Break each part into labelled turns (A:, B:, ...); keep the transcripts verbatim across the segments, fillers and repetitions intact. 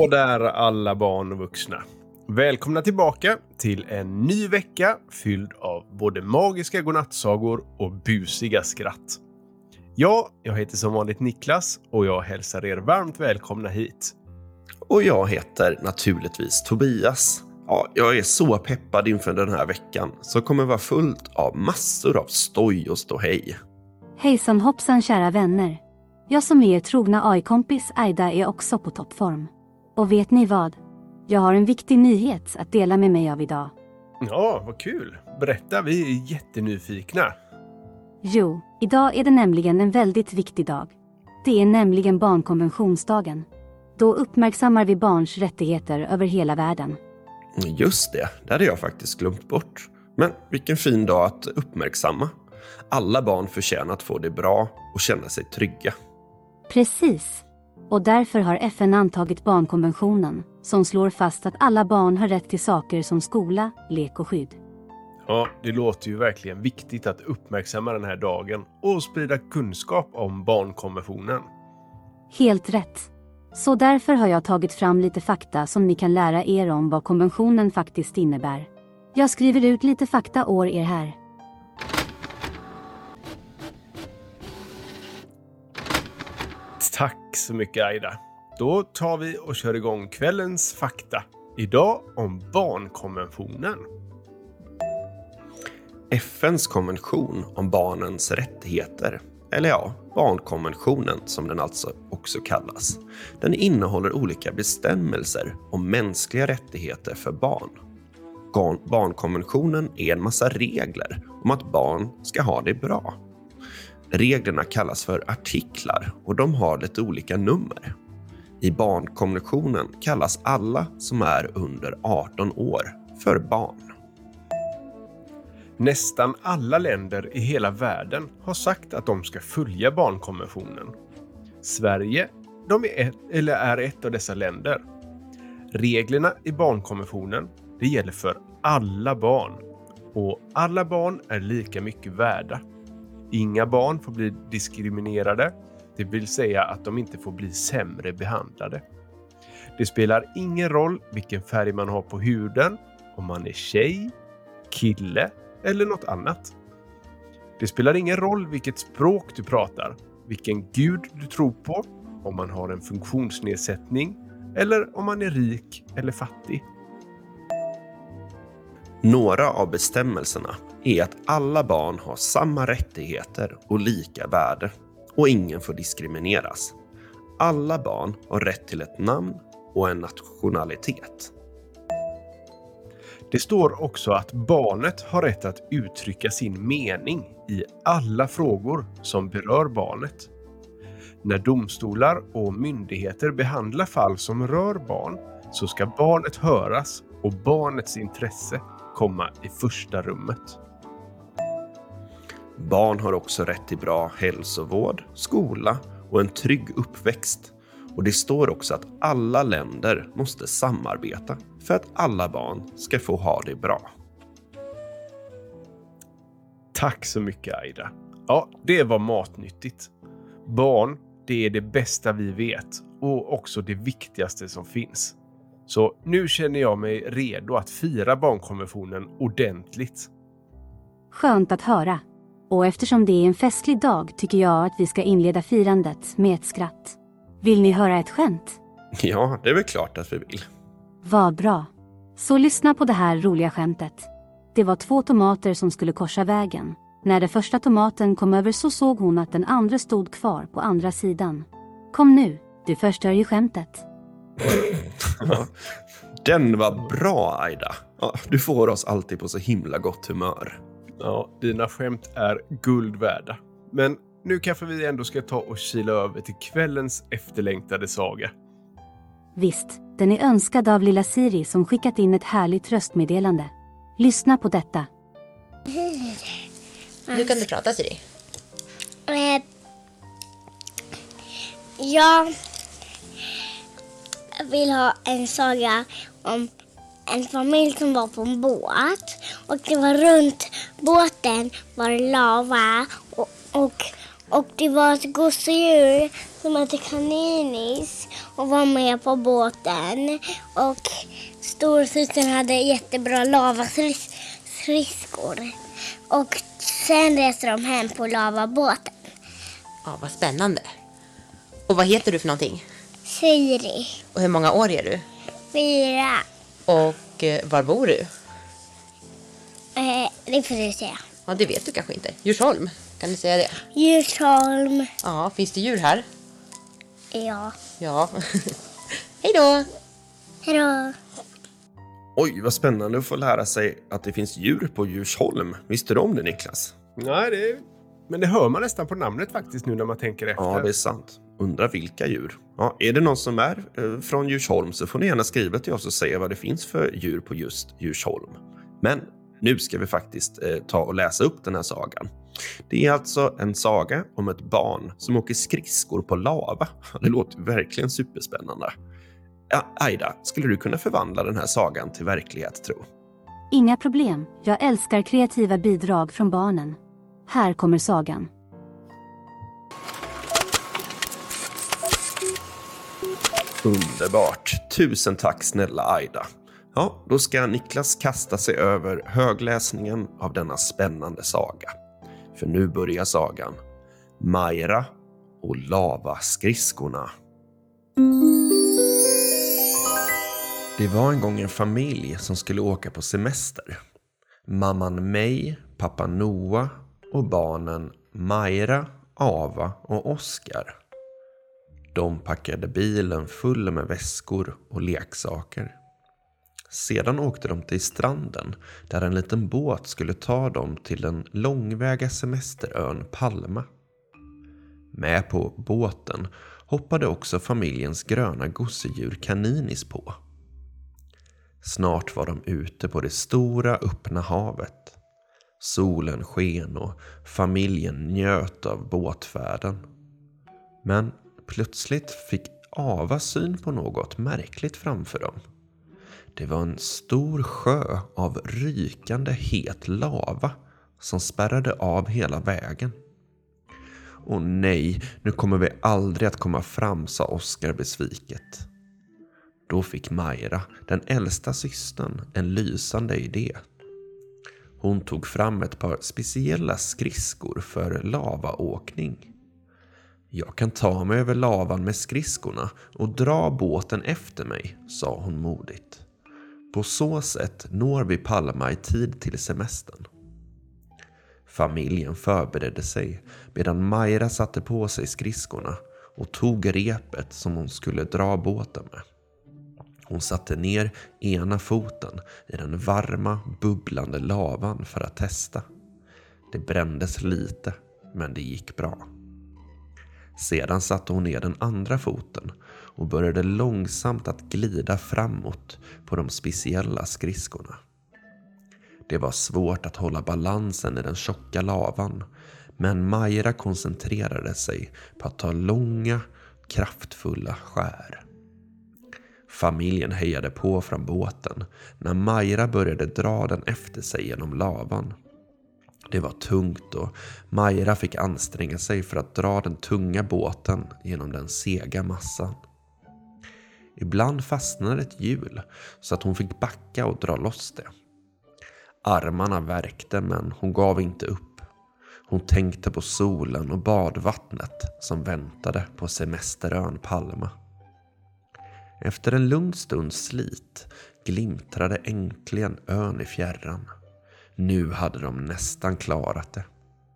A: Så där alla barn och vuxna. Välkomna tillbaka till en ny vecka fylld av både magiska godnattsagor och busiga skratt. Ja, jag heter som vanligt Niklas och jag hälsar er varmt välkomna hit.
B: Och jag heter naturligtvis Tobias. Ja, jag är så peppad inför den här veckan så kommer vara fullt av massor av stoj och ståhej.
C: Hejsan hoppsan kära vänner. Jag som är er trogna A I-kompis Aida är också på toppform. Och vet ni vad? Jag har en viktig nyhet att dela med mig av idag.
A: Ja, vad kul. Berätta, vi är jättenyfikna.
C: Jo, idag är det nämligen en väldigt viktig dag. Det är nämligen barnkonventionsdagen. Då uppmärksammar vi barns rättigheter över hela världen.
B: Just det, det hade jag faktiskt glömt bort. Men vilken fin dag att uppmärksamma. Alla barn förtjänar att få det bra och känna sig trygga.
C: Precis. Och därför har F N antagit barnkonventionen som slår fast att alla barn har rätt till saker som skola, lek och skydd.
A: Ja, det låter ju verkligen viktigt att uppmärksamma den här dagen och sprida kunskap om barnkonventionen.
C: Helt rätt. Så därför har jag tagit fram lite fakta som ni kan lära er om vad konventionen faktiskt innebär. Jag skriver ut lite fakta år er här.
A: Tack så mycket Aida. Då tar vi och kör igång kvällens fakta. Idag om barnkonventionen.
B: F N:s konvention om barnens rättigheter, eller ja, barnkonventionen som den alltså också kallas. Den innehåller olika bestämmelser om mänskliga rättigheter för barn. Barnkonventionen är en massa regler om att barn ska ha det bra. Reglerna kallas för artiklar och de har lite olika nummer. I barnkonventionen kallas alla som är under arton år för barn.
A: Nästan alla länder i hela världen har sagt att de ska följa barnkonventionen. Sverige de är, ett, eller är ett av dessa länder. Reglerna i barnkonventionen det gäller för alla barn. Och alla barn är lika mycket värda. Inga barn får bli diskriminerade, det vill säga att de inte får bli sämre behandlade. Det spelar ingen roll vilken färg man har på huden, om man är tjej, kille eller något annat. Det spelar ingen roll vilket språk du pratar, vilken gud du tror på, om man har en funktionsnedsättning eller om man är rik eller fattig.
B: Några av bestämmelserna är att alla barn har samma rättigheter och lika värde och ingen får diskrimineras. Alla barn har rätt till ett namn och en nationalitet.
A: Det står också att barnet har rätt att uttrycka sin mening i alla frågor som berör barnet. När domstolar och myndigheter behandlar fall som rör barn så ska barnet höras och barnets intresse komma i första rummet.
B: Barn har också rätt till bra hälsovård, skola och en trygg uppväxt. Och det står också att alla länder måste samarbeta för att alla barn ska få ha det bra.
A: Tack så mycket Aida. Ja, det var matnyttigt. Barn, det är det bästa vi vet och också det viktigaste som finns. Så nu känner jag mig redo att fira barnkonventionen ordentligt.
C: Skönt att höra. Och eftersom det är en festlig dag tycker jag att vi ska inleda firandet med ett skratt. Vill ni höra ett skämt?
B: Ja, det är väl klart att vi vill.
C: Vad bra. Så lyssna på det här roliga skämtet. Det var två tomater som skulle korsa vägen. När den första tomaten kom över så såg hon att den andra stod kvar på andra sidan. Kom nu, du förstör ju skämtet.
B: Ja, den var bra Aida. Ja, du får oss alltid på så himla gott humör.
A: Ja, dina skämt är guld värda. Men nu kanske vi ändå ska ta och kila över till kvällens efterlängtade saga.
C: Visst, den är önskad av lilla Siri som skickat in ett härligt röstmeddelande. Lyssna på detta.
D: Nu kan du prata Siri.
E: Eh, jag vill ha en saga om en familj som var på en båt. Och det var runt båten var det lava och, och, Och det var ett gosedjur som hette Kaninis och var med på båten. Och storsystern hade jättebra lavaskridskor. Och sen reste de hem på lavabåten.
D: Ja, vad spännande. Och vad heter du för någonting?
E: Siri.
D: Och hur många år är du?
E: Fyra.
D: Och eh, var bor du?
E: Eh, det får du säga.
D: Ja, det vet du kanske inte. Djursholm, kan du säga det?
E: Djursholm.
D: Ja, finns det djur här?
E: Ja.
D: Ja. Hej då!
E: Hejdå.
B: Oj, vad spännande att få lära sig att det finns djur på Djursholm. Visste du om det, Niklas?
A: Nej, det, men det hör man nästan på namnet faktiskt nu när man tänker efter.
B: Ja, det är sant. Undrar vilka djur. Ja, är det någon som är eh, från Djursholm så får ni gärna skriva till oss och säga vad det finns för djur på just Djursholm. Men nu ska vi faktiskt eh, ta och läsa upp den här sagan. Det är alltså en saga om ett barn som åker skridskor på lava. Det låter verkligen superspännande. Ja, Aida, skulle du kunna förvandla den här sagan till verklighet, tro?
C: Inga problem. Jag älskar kreativa bidrag från barnen. Här kommer sagan.
B: Underbart. Tusen tack snälla Aida. Ja, då ska Niklas kasta sig över högläsningen av denna spännande saga. För nu börjar sagan. Majra och lavaskridskorna. Det var en gång en familj som skulle åka på semester. Mamman May, pappa Noah och barnen Majra, Ava och Oskar. De packade bilen full med väskor och leksaker. Sedan åkte de till stranden där en liten båt skulle ta dem till den långväga semesterön Palma. Med på båten hoppade också familjens gröna gosedjur Kaninis på. Snart var de ute på det stora öppna havet. Solen sken och familjen njöt av båtfärden. Men plötsligt fick Ava syn på något märkligt framför dem. Det var en stor sjö av rykande het lava som spärrade av hela vägen. Åh nej, nu kommer vi aldrig att komma fram, sa Oskar besviket. Då fick Majra, den äldsta systern, en lysande idé. Hon tog fram ett par speciella skridskor för lavaåkning. Jag kan ta mig över lavan med skridskorna och dra båten efter mig, sa hon modigt. På så sätt når vi Palma i tid till semestern. Familjen förberedde sig medan Majra satte på sig skridskorna och tog repet som hon skulle dra båten med. Hon satte ner ena foten i den varma, bubblande lavan för att testa. Det brändes lite, men det gick bra. Sedan satte hon ner den andra foten och började långsamt att glida framåt på de speciella skridskorna. Det var svårt att hålla balansen i den tjocka lavan, men Majra koncentrerade sig på att ta långa, kraftfulla skär. Familjen hejade på från båten när Majra började dra den efter sig genom lavan. Det var tungt och Majra fick anstränga sig för att dra den tunga båten genom den sega massan. Ibland fastnade ett hjul så att hon fick backa och dra loss det. Armarna värkte, men hon gav inte upp. Hon tänkte på solen och badvattnet som väntade på semesterön Palma. Efter en lugn stunds slit glimtrade äntligen ön i fjärran. Nu hade de nästan klarat det.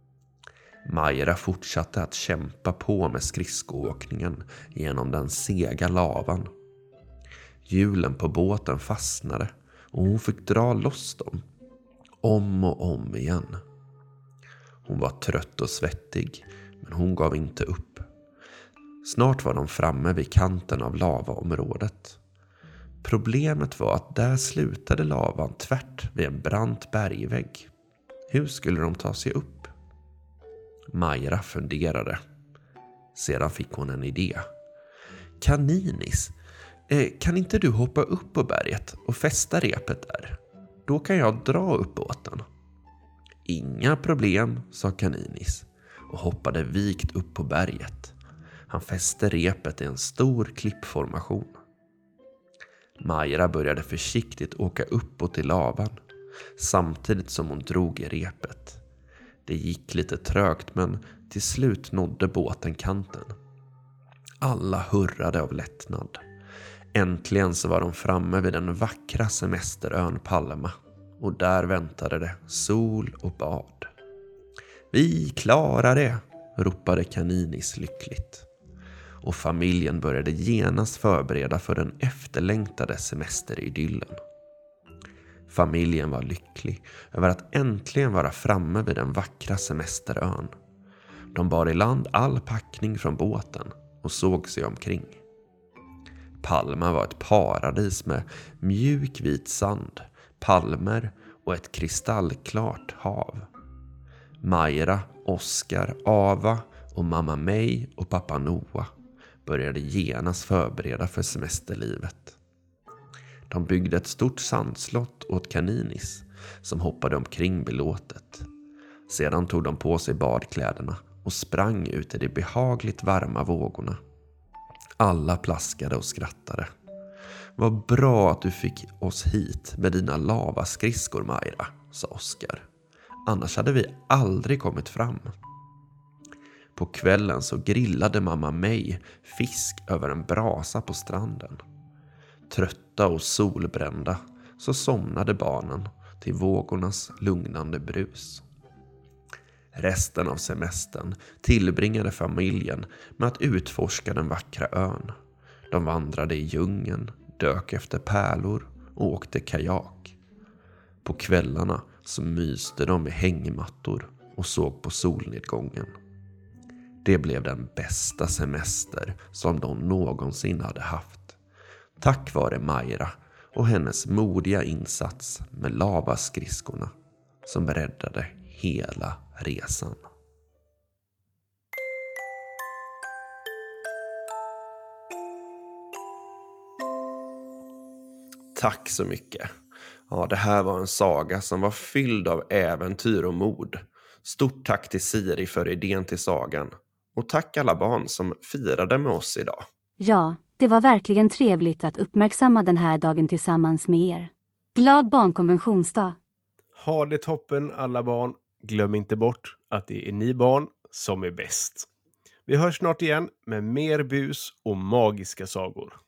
B: Majra fortsatte att kämpa på med skridskoåkningen genom den sega lavan. Hjulen på båten fastnade och hon fick dra loss dem. Om och om igen. Hon var trött och svettig, men hon gav inte upp. Snart var de framme vid kanten av lavaområdet. Problemet var att där slutade lavan tvärt vid en brant bergvägg. Hur skulle de ta sig upp? Majra funderade. Sedan fick hon en idé. Kaninis, eh, kan inte du hoppa upp på berget och fästa repet där? Då kan jag dra upp båten. Inga problem, sa Kaninis. och hoppade vikt upp på berget. Han fäste repet i en stor klippformation. Majra började försiktigt åka uppåt i lavan samtidigt som hon drog i repet. Det gick lite trögt, men till slut nådde båten kanten. Alla hurrade av lättnad. Äntligen så var de framme vid den vackra semesterön Palma, och där väntade det sol och bad. Vi klarar det, ropade Kaninis lyckligt. Och familjen började genast förbereda för den efterlängtade semesteridyllen. Familjen var lycklig över att äntligen vara framme vid den vackra semesterön. De bar i land all packning från båten och såg sig omkring. Palma var ett paradis med mjuk vit sand, palmer och ett kristallklart hav. Majra, Oskar, Ava och mamma May och pappa Noah började genast förbereda för semesterlivet. De byggde ett stort sandslott åt Kaninis som hoppade omkring belåtet. Sedan tog de på sig badkläderna och sprang ut i de behagligt varma vågorna. Alla plaskade och skrattade. Vad bra att du fick oss hit med dina lavaskridskor, Majra, sa Oskar. Annars hade vi aldrig kommit fram. På kvällen så grillade mamma May fisk över en brasa på stranden. Trötta och solbrända så somnade barnen till vågornas lugnande brus. Resten av semestern tillbringade familjen med att utforska den vackra ön. De vandrade i djungeln, dök efter pärlor och åkte kajak. På kvällarna så myste de i hängmattor och såg på solnedgången. Det blev den bästa semester som de någonsin hade haft. Tack vare Majra och hennes modiga insats med lavaskridskorna som räddade hela resan. Tack så mycket. Ja, det här var en saga som var fylld av äventyr och mod. Stort tack till Siri för idén till sagan. Och tack alla barn som firade med oss idag.
C: Ja, det var verkligen trevligt att uppmärksamma den här dagen tillsammans med er. Glad barnkonventionsdag!
A: Ha det toppen alla barn. Glöm inte bort att det är ni barn som är bäst. Vi hörs snart igen med mer bus och magiska sagor.